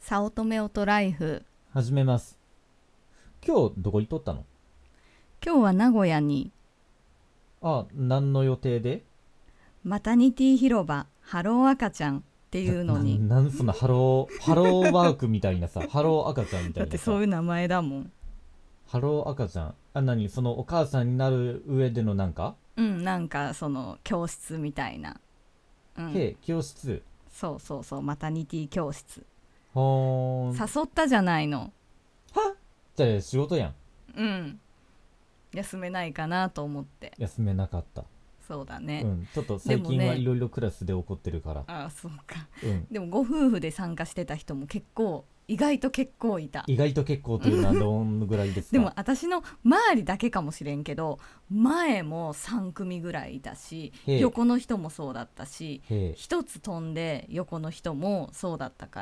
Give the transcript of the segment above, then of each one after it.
早乙女オトライフ。 始めます。今日どこ行っとったの？ 今日は名古屋に何の予定で？ マタニティ広場ハロー赤ちゃんっていうのに。 なんそのハローワークみたいなさ、ハロー赤ちゃんみただっていなさ、 そういう名前だもん。 ハロー赤ちゃん。何そのお母さんになる上でのなんか？ なんかその教室みたいな。 教室。 そうそうそう、マタニティ教室。 ほーん。 誘ったじゃないの。 じゃあ仕事やん。 休めないかなと思って。 休めなかった。 そうだね。 ちょっと最近はいろいろクラスで起こってるから。 そうか。 うん。 でもご夫婦で参加してた人も意外と結構いた。 意外と結構というのはどんぐらいですか？ でも私の周りだけかもしれんけど、前も3組ぐらいいたし、横の人もそうだったし、一つ飛んで横の人もそうだったから、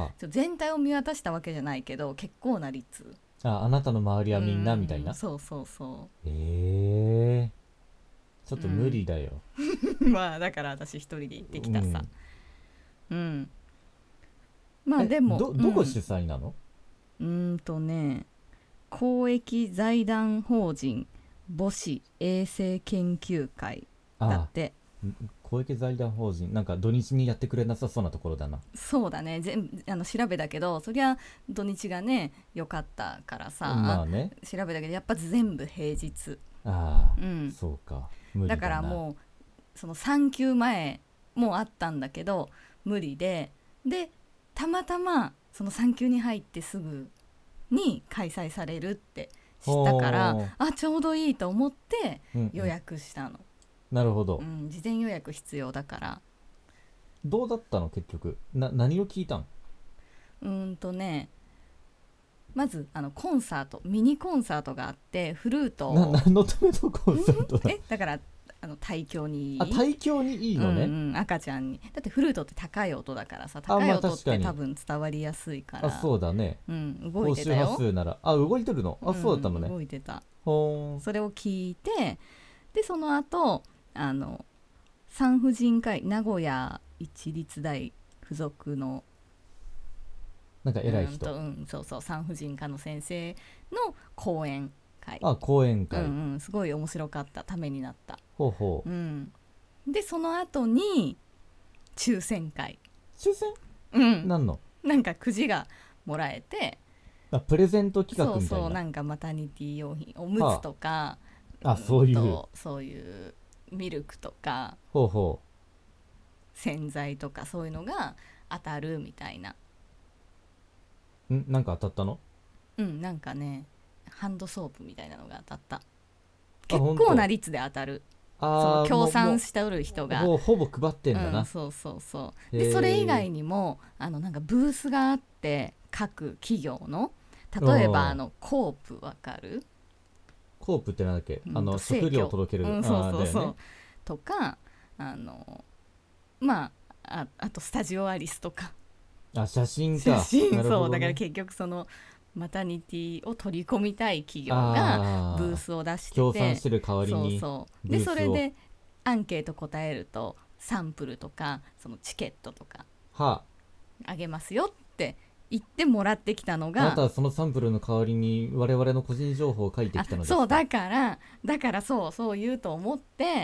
全体を見渡したわけじゃないけど結構な率。 あなたの周りはみんなみたいな。 そうそうそう。 ちょっと無理だよ。 まあだから私一人で行ってきたさ。まあでもどこ主催なの？ 公益財団法人母子衛生研究会だって。 公益財団法人、なんか土日にやってくれなさそうなところだな。 そうだね。調べたけど、そりゃ土日がね良かったからさ、 まあね、 調べたけどやっぱ全部平日。 そうか、無理だな。 だからもうその産休前もあったんだけど無理で、たまたまその産休に入ってすぐに開催されるって知ったから、ちょうどいいと思って予約したの。 なるほど、 事前予約必要だから。 どうだったの結局？何を聞いたん？ まずコンサート、ミニコンサートがあって、フルート何のためのコンサートだ？ だから胎教にいい。 胎教にいいのね。 赤ちゃんに。だってフルートって高い音だからさ、高い音って多分伝わりやすいから。 そうだね。 動いてたよ。 高周波数なら動いてるの？そうだったのね。 動いてた。それを聞いて、でその後産婦人科医、名古屋市立大附属のなんか偉い人、 そうそう、産婦人科の先生の講演会。 講演会、 すごい面白かった。ためになった。 ほう、 でその後に抽選会。 抽選？何の？ なんかくじがもらえて、 プレゼント企画みたいな。 そうそう、なんかマタニティ用品、おむつとか、 そういうミルクとか、洗剤とか、そういうのが当たるみたいな。 なんか当たったの？ なんかね、ハンドソープみたいなのが当たった。結構な率で当たる。その協賛しておる人がほぼ配ってんだな。 そうそうそう。でそれ以外にもなんかブースがあって、各企業の、例えばコープ、わかる？ コープってなんだっけ？食料を届ける。 そうそう、とかあとスタジオアリスとか。 写真か。 そうだから結局そのマタニティを取り込みたい企業がブースを出してて、 協賛してる代わりに。 でそれでアンケート答えるとサンプルとかそのチケットとかあげますよって言ってもらってきたのが。 あなたはそのサンプルの代わりに我々の個人情報を書いてきたのですか？ そうだからそう言うと思って、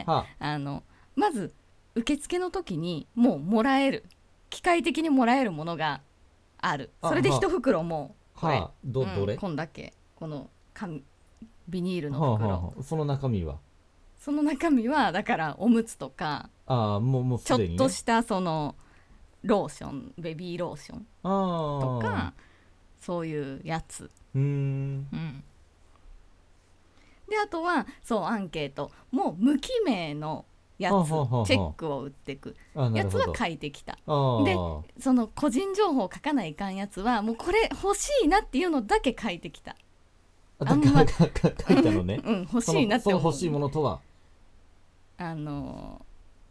まず受付の時にもうもらえる、機械的にもらえるものがある。それで一袋もこれ、 どれ？ こんだけ、このビニールの袋、 その中身はだからおむつとか、 もうちょっとしたそのローション、ベビーローションとか、そういうやつ。であとはそうアンケートも無記名のやつ、チェックを打っていくやつは書いてきた。でその個人情報を書かないかんやつはもうこれ欲しいなっていうのだけ書いてきた。 書いたのね。 欲しいなって思う。 その欲しいものとはなん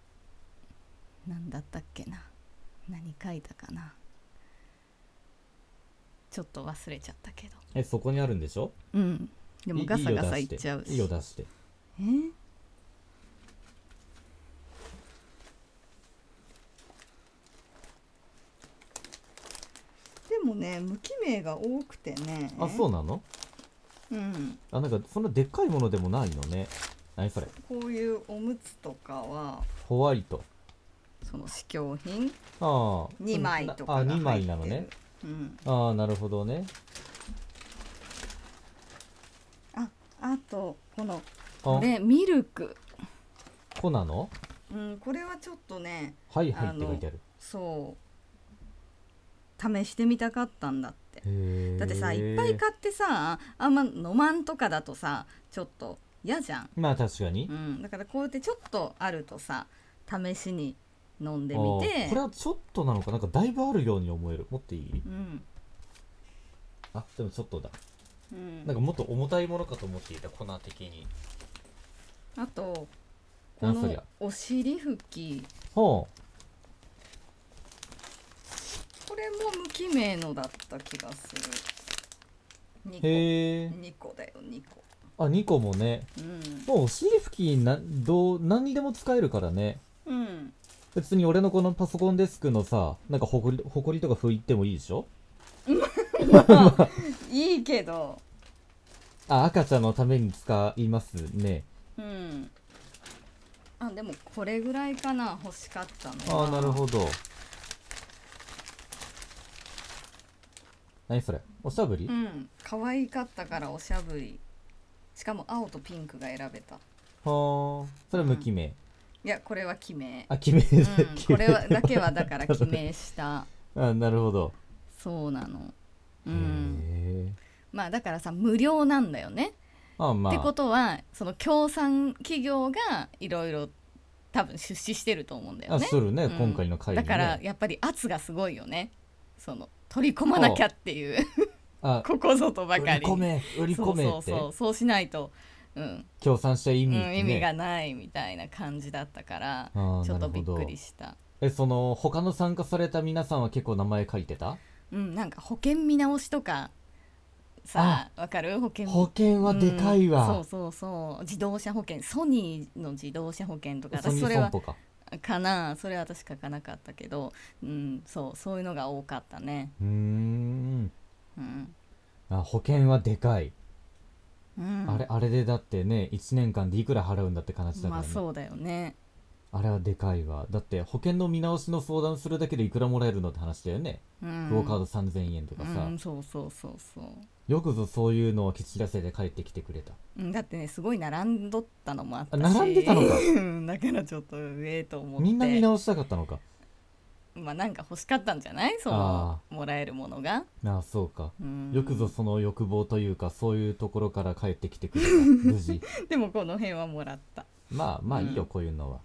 だったっけな、何書いたかな、ちょっと忘れちゃったけど。 そこにあるんでしょ？ でもガサガサいっちゃうし。 いいよ出して。 でもね無記名が多くてね。 あ、そうなの？ うん、 あ、なんかそんなでっかいものでもないのね。何それ？ こういうおむつとかはホワイト。 その試供品ああ、 2枚とかあ、 が 2 入ってる。 枚なのね。 うん、 ああ、なるほどね。 あとこのあ、 これミルク、 粉の？ これはちょっとね、 はいはいって書いてある。 そう試してみたかったんだって。 へえ。 だってさいっぱい買ってさあんま飲まんとかだとさちょっと嫌じゃん。 まあ確かに。 だからこうやってちょっとあるとさ試しに飲んでみて。 これはちょっとなのかなんかだいぶあるように思える。持っていい？あ、でもちょっとだ。なんかもっと重たいものかと思っていた、粉的に。 あとこのなんそりゃ。 お尻拭き、 ほこれも無記名のだった気がする。 う。 2個へえ。 2個だよ2個。 あ、2個もね。もうお尻拭き何にでも使えるからね。別に俺のこのパソコンデスクのさ、なんかほこりとか拭いてもいいでしょ？ いいけど。 あ、赤ちゃんのために使いますね。 あ、でもこれぐらいかな欲しかったのは。 あ、なるほど。何それ？おしゃぶり？ 可愛かったからおしゃぶり。しかも青とピンクが選べた。 はあ、それは無記名。 いやこれは記名。 あ、記名で、 これはだけはだから記名した。 あ、なるほど。 そうなの。 へえ。 まあだからさ無料なんだよね。 あ、まあ。 ってことはその協賛企業がいろいろ多分出資してると思うんだよね。 あ、するね、今回の会議ね。 だからやっぱり圧がすごいよね。その取り込まなきゃっていうここぞとばかり売り込めってそうしないと、 協賛した意味ってね、 意味がないみたいな感じだったからちょっとびっくりした。 その他の参加された皆さんは結構名前書いてた？ なんか保険見直しとかさあ、わかる？保険はでかいわ。 そう自動車保険、ソニーの自動車保険とか、 ソニー損保かそれは私書かなかったけど、そういうのが多かったね。 保険はでかい。あれでだってね1年間でいくら払うんだって話だからね。 まあそうだよね。 あれはでかいわ。だって保険の見直しの相談するだけでいくらもらえるのって話だよね。クオカード3000円とかさ、 そうよくぞそういうのを蹴散らせて帰ってきてくれた。 だってねすごい並んどったのもあったし。 並んでたのかだからちょっとと思って。 みんな見直したかったのか。 まあなんか欲しかったんじゃない？そのもらえるものが。 ああ、そうか。よくぞその欲望というかそういうところから帰ってきてくれた無事でもこの辺はもらった。 まあいいよ、こういうのは。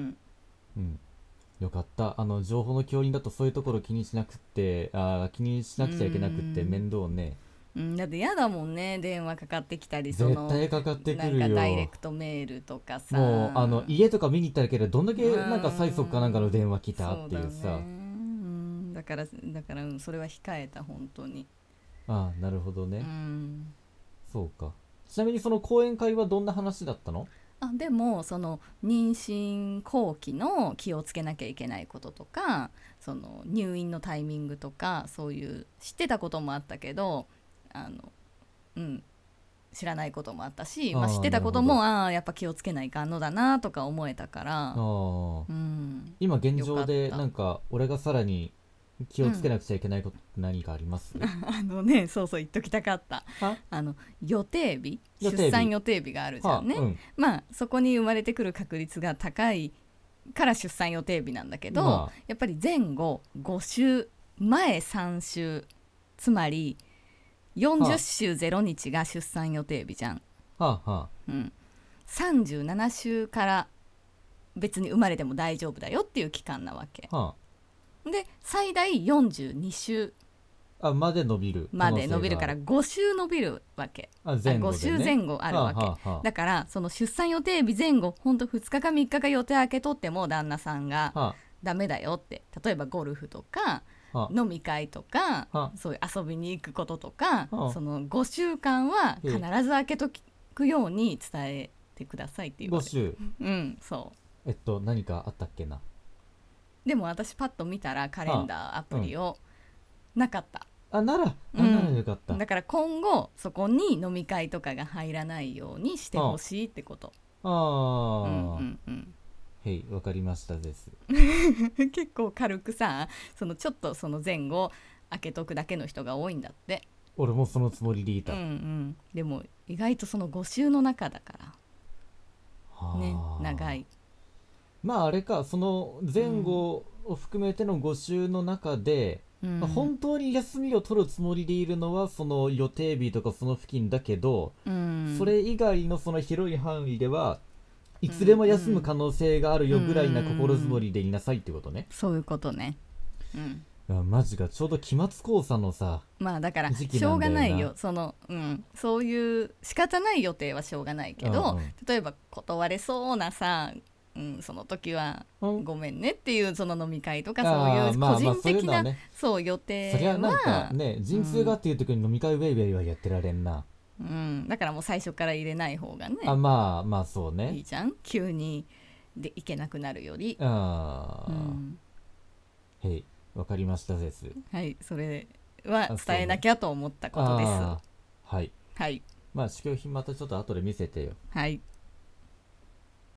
よかった。情報の共有だとそういうところ気にしなくて気にしなくちゃいけなくって面倒ね。 だって嫌だもんね、電話かかってきたり、 絶対かかってくるよ。 なんかダイレクトメールとかさ、 もう家とか見に行ったけどどんだけなんか催促かなんかの電話来たっていうさ。 だからそれは控えた、本当に。 なるほどね。そうか。ちなみにその講演会はどんな話だったの？ でもその妊娠後期の気をつけなきゃいけないこととか、その入院のタイミングとか、そういう知ってたこともあったけど知らないこともあったし、知ってたこともやっぱ気をつけないかんのだなとか思えたから。 今現状でなんか俺がさらに気をつけなくちゃいけないことって何かあります？ そう言っときたかった。予定日、出産予定日があるじゃんね。まあそこに生まれてくる確率が高いから出産予定日なんだけど、やっぱり前後5週前3週、つまり40週0日が出産予定日じゃん。37週から別に生まれても大丈夫だよっていう期間なわけ。で最大42週まで伸びるから5週伸びるわけ。5週前後あるわけ。だからその出産予定日前後、ほんと2日か3日か予定空けとっても旦那さんがダメだよって、例えばゴルフとか飲み会とかそういう遊びに行くこととか、その5週間は必ず空けとくように伝えてくださいって言われて。 5週。 そう。 何かあったっけな。 でも私パッと見たらカレンダーアプリをなかった。 ならよかった。 だから今後そこに飲み会とかが入らないようにしてほしいってこと。 へい、わかりましたです結構軽くさ、ちょっとその前後開けとくだけの人が多いんだって。 俺もそのつもりでいた。 でも意外とその5週の中だからね、長い。 まああれか、その前後を含めての5週の中で、本当に休みを取るつもりでいるのはその予定日とかその付近だけど、それ以外のその広い範囲ではいつでも休む可能性があるよぐらいな心づもりでいなさいってことね。 そういうことね。 マジか、ちょうど期末考査のさ、 まあだからしょうがないよ、そういう仕方ない予定はしょうがないけど、例えば断れそうなさ、その時はごめんねっていうその飲み会とか、そういう個人的なそう予定は、 そりゃなんかね、陣痛がっていう時に飲み会ウェイウェイはやってられんな。 だからもう最初から入れない方がね、 まあそうね、 いいじゃん、急にで行けなくなるより。へい、わかりましたです。 はい、それは伝えなきゃと思ったことです。 はいはい。 まあ試供品またちょっと後で見せてよ。 はい。